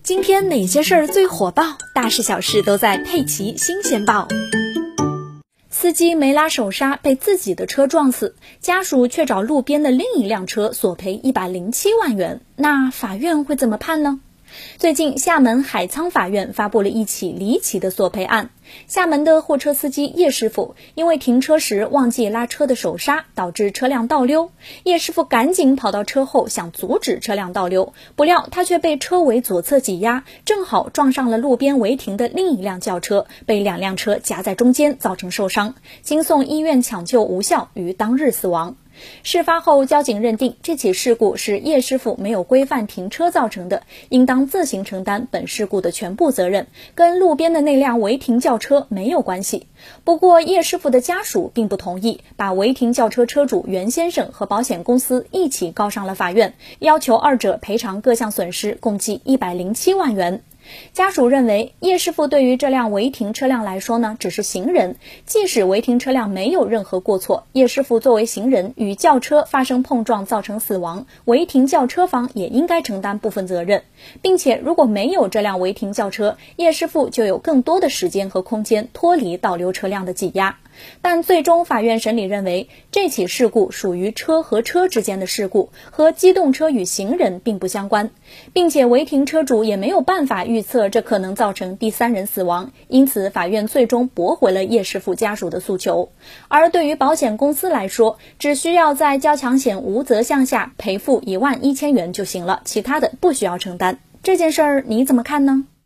今天哪些事儿最火爆？大事小事都在佩奇新鲜报。司机没拉手刹被自己的车撞死，家属却找路边的另一辆车索赔107万元，那法院会怎么判呢？最近厦门海沧法院发布了一起离奇的索赔案。厦门的货车司机叶师傅因为停车时忘记拉车的手刹，导致车辆倒溜。叶师傅赶紧跑到车后想阻止车辆倒溜，不料他却被车尾左侧挤压，正好撞上了路边违停的另一辆轿车，被两辆车夹在中间，造成受伤，经送医院抢救无效，于当日死亡。事发后，交警认定这起事故是叶师傅没有规范停车造成的，应当自行承担本事故的全部责任，跟路边的那辆违停轿车没有关系。不过叶师傅的家属并不同意，把违停轿车车主袁先生和保险公司一起告上了法院，要求二者赔偿各项损失共计107万元。家属认为叶师傅对于这辆违停车辆来说呢，只是行人，即使违停车辆没有任何过错，叶师傅作为行人与轿车发生碰撞造成死亡，违停轿车方也应该承担部分责任，并且如果没有这辆违停轿车，叶师傅就有更多的时间和空间脱离倒流车辆的挤压。但最终法院审理认为，这起事故属于车和车之间的事故，和机动车与行人并不相关，并且违停车主也没有办法预测这可能造成第三人死亡，因此法院最终驳回了叶师傅家属的诉求。而对于保险公司来说，只需要在交强险无责项下赔付11000元就行了，其他的不需要承担。这件事儿你怎么看呢？